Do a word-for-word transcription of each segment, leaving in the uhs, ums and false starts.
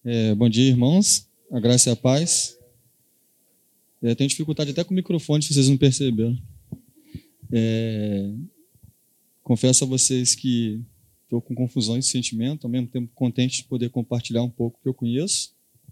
É, bom dia, irmãos. A graça e a paz. É, tenho dificuldade até com o microfone, se vocês não perceberam. É, confesso a vocês que estou com confusões de sentimento, ao mesmo tempo contente de poder compartilhar um pouco o que eu conheço.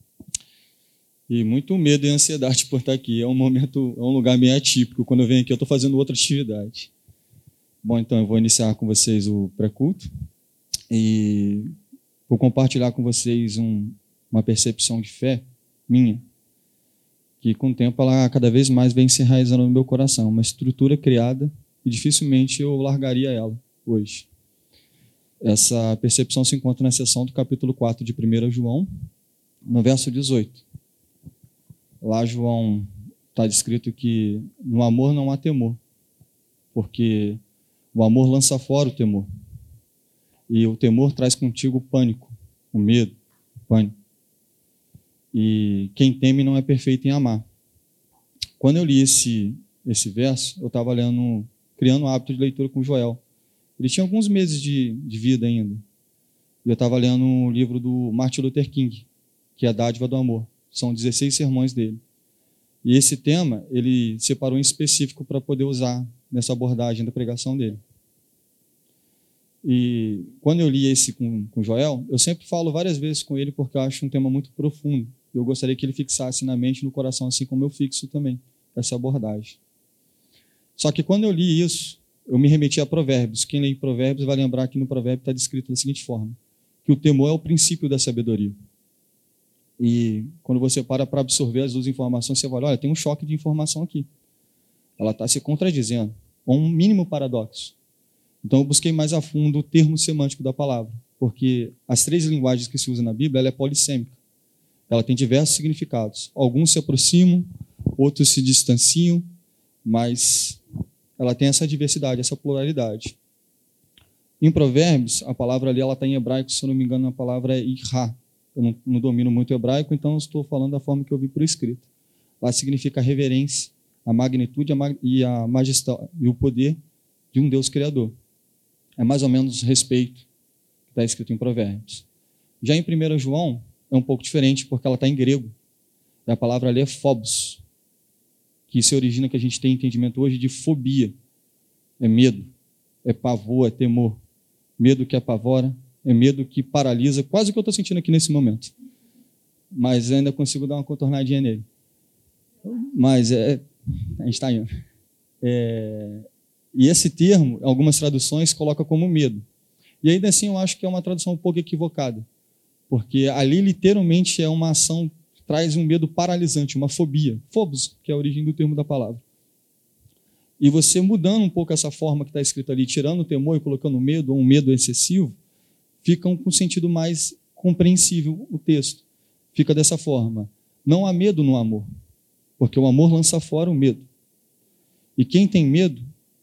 E muito medo e ansiedade por estar aqui. É um momento, é um lugar meio atípico. Quando eu venho aqui, eu estou fazendo outra atividade. Bom, então eu vou iniciar com vocês o pré-culto e vou compartilhar com vocês um, uma percepção de fé minha, que com o tempo ela cada vez mais vem se enraizando no meu coração, uma estrutura criada e dificilmente eu largaria ela hoje. Essa percepção se encontra na seção do capítulo quatro de primeira João, no verso dezoito. Lá João está descrito que no amor não há temor, porque o amor lança fora o temor. E o temor traz contigo o pânico, o medo, o pânico. E quem teme não é perfeito em amar. Quando eu li esse, esse verso, eu estava lendo, criando um hábito de leitura com o Joel. Ele tinha alguns meses de, de vida ainda. E eu estava lendo um livro do Martin Luther King, que é a Dádiva do Amor. São dezesseis sermões dele. E esse tema, ele separou em específico para poder usar nessa abordagem da pregação dele. E quando eu li esse com, com o Joel, eu sempre falo várias vezes com ele porque eu acho um tema muito profundo. Eu gostaria que ele fixasse na mente e no coração, assim como eu fixo também, essa abordagem. Só que quando eu li isso, eu me remeti a Provérbios. Quem lê em Provérbios vai lembrar que no provérbio está descrito da seguinte forma, que o temor é o princípio da sabedoria. E quando você para para absorver as duas informações, você vai olha, olha, tem um choque de informação aqui. Ela está se contradizendo, ou um mínimo paradoxo. Então eu busquei mais a fundo o termo semântico da palavra, porque as três linguagens que se usam na Bíblia, ela é polissêmica. Ela tem diversos significados. Alguns se aproximam, outros se distanciam, mas ela tem essa diversidade, essa pluralidade. Em Provérbios, a palavra ali ela está em hebraico, se eu não me engano, a palavra é irá. Eu não, não domino muito hebraico, então eu estou falando da forma que eu vi por escrito. Lá significa a reverência, a magnitude a mag... e a majestade e o poder de um Deus criador. É mais ou menos respeito que está escrito em Provérbios. Já em primeira João, é um pouco diferente, porque ela está em grego. E a palavra ali é phobos, que se origina, que a gente tem entendimento hoje, de fobia. É medo, é pavor, é temor. Medo que apavora, é medo que paralisa, quase o que eu estou sentindo aqui nesse momento. Mas ainda consigo dar uma contornadinha nele. Mas é, a gente está indo. É, e esse termo, algumas traduções, coloca como medo. E ainda assim eu acho que é uma tradução um pouco equivocada. Porque ali literalmente é uma ação que traz um medo paralisante, uma fobia. Phobos, que é a origem do termo da palavra. E você mudando um pouco essa forma que está escrita ali, tirando o temor e colocando medo, ou um medo excessivo, fica com um sentido mais compreensível o texto. Fica dessa forma. Não há medo no amor, porque o amor lança fora o medo. E quem tem medo,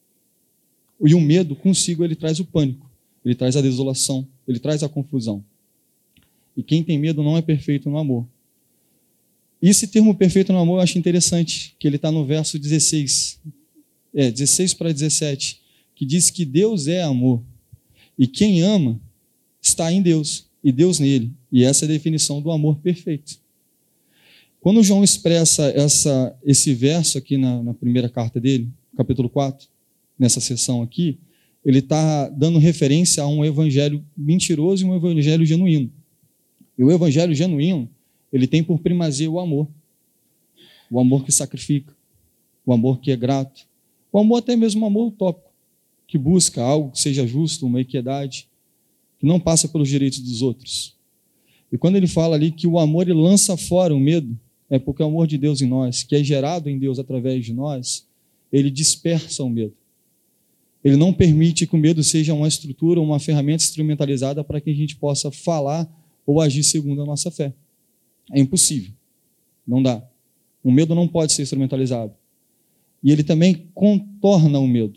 e o medo consigo ele traz o pânico, ele traz a desolação, ele traz a confusão. E quem tem medo não é perfeito no amor. E esse termo perfeito no amor eu acho interessante, que ele está no verso dezesseis, é, dezesseis para dezessete, que diz que Deus é amor, e quem ama está em Deus, e Deus nele. E essa é a definição do amor perfeito. Quando João expressa essa, esse verso aqui na, na primeira carta dele, capítulo quatro, nessa seção aqui, ele está dando referência a um evangelho mentiroso e um evangelho genuíno. E o evangelho genuíno, ele tem por primazia o amor. O amor que sacrifica, o amor que é grato, o amor até mesmo o amor utópico, que busca algo que seja justo, uma equidade, que não passa pelos direitos dos outros. E quando ele fala ali que o amor ele lança fora o medo, é porque o amor de Deus em nós, que é gerado em Deus através de nós, ele dispersa o medo. Ele não permite que o medo seja uma estrutura, uma ferramenta instrumentalizada para que a gente possa falar ou agir segundo a nossa fé. É impossível. Não dá. O medo não pode ser instrumentalizado. E ele também contorna o medo.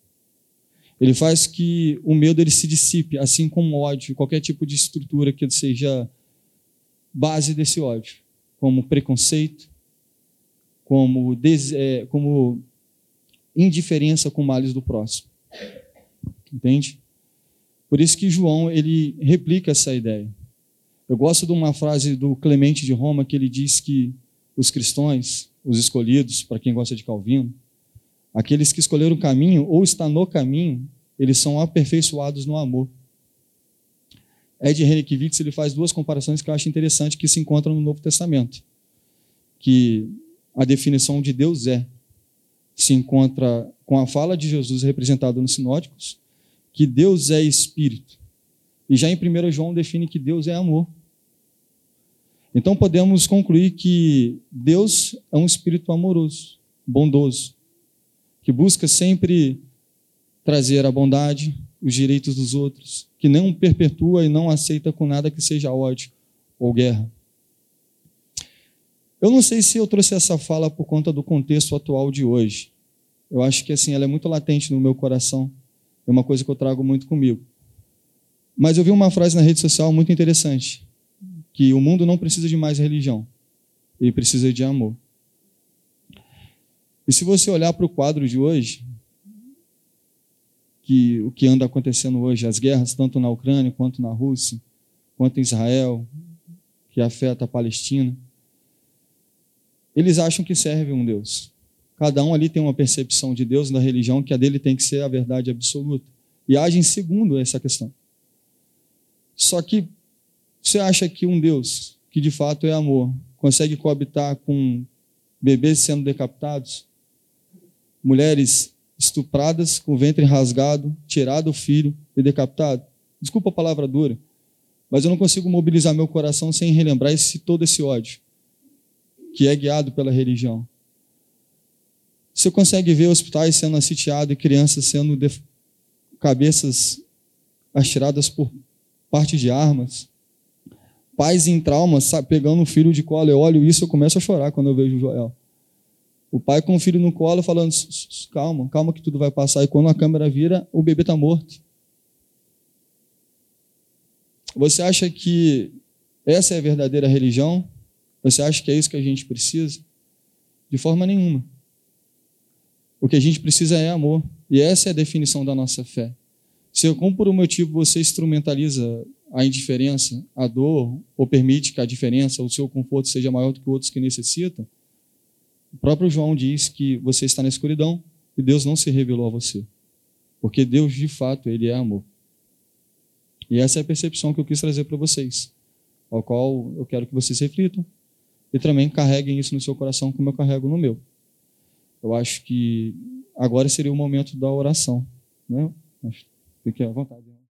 Ele faz que o medo ele se dissipe, assim como o ódio, qualquer tipo de estrutura que seja base desse ódio, como preconceito, como, des, é, como indiferença com males do próximo. Entende? Por isso que João ele replica essa ideia. Eu gosto de uma frase do Clemente de Roma, que ele diz que os cristãos, os escolhidos, para quem gosta de Calvino, aqueles que escolheram o caminho ou estão no caminho, eles são aperfeiçoados no amor. Ed Renekiewicz, ele faz duas comparações que eu acho interessante que se encontram no Novo Testamento. Que a definição de Deus é, se encontra com a fala de Jesus representada nos sinóticos, que Deus é espírito. E já em primeiro João define que Deus é amor. Então podemos concluir que Deus é um espírito amoroso, bondoso, que busca sempre trazer a bondade, os direitos dos outros, que não perpetua e não aceita com nada que seja ódio ou guerra. Eu não sei se eu trouxe essa fala por conta do contexto atual de hoje. Eu acho que assim, ela é muito latente no meu coração. É uma coisa que eu trago muito comigo. Mas eu vi uma frase na rede social muito interessante, que o mundo não precisa de mais religião, ele precisa de amor. E se você olhar para o quadro de hoje, que o que anda acontecendo hoje, as guerras, tanto na Ucrânia, quanto na Rússia, quanto em Israel, que afeta a Palestina, eles acham que serve um Deus. Cada um ali tem uma percepção de Deus, da religião, que a dele tem que ser a verdade absoluta. E agem segundo essa questão. Só que você acha que um Deus, que de fato é amor, consegue coabitar com bebês sendo decapitados, mulheres estupradas, com o ventre rasgado, tirado o filho e decapitado? Desculpa a palavra dura, mas eu não consigo mobilizar meu coração sem relembrar esse, todo esse ódio, que é guiado pela religião. Você consegue ver hospitais sendo sitiados e crianças sendo de... cabeças atiradas por parte de armas, pais em trauma, sabe, pegando o filho de colo. Eu olho isso e eu começo a chorar quando eu vejo o Joel. O pai com o filho no colo falando, calma, calma que tudo vai passar. E quando a câmera vira, o bebê está morto. Você acha que essa é a verdadeira religião? Você acha que é isso que a gente precisa? De forma nenhuma. O que a gente precisa é amor. E essa é a definição da nossa fé. Se, como por um motivo você instrumentaliza a indiferença, a dor, ou permite que a diferença, o seu conforto seja maior do que outros que necessitam, o próprio João diz que você está na escuridão e Deus não se revelou a você. Porque Deus, de fato, ele é amor. E essa é a percepção que eu quis trazer para vocês, ao qual eu quero que vocês reflitam e também carreguem isso no seu coração como eu carrego no meu. Eu acho que agora seria o momento da oração, né? Fique à vontade.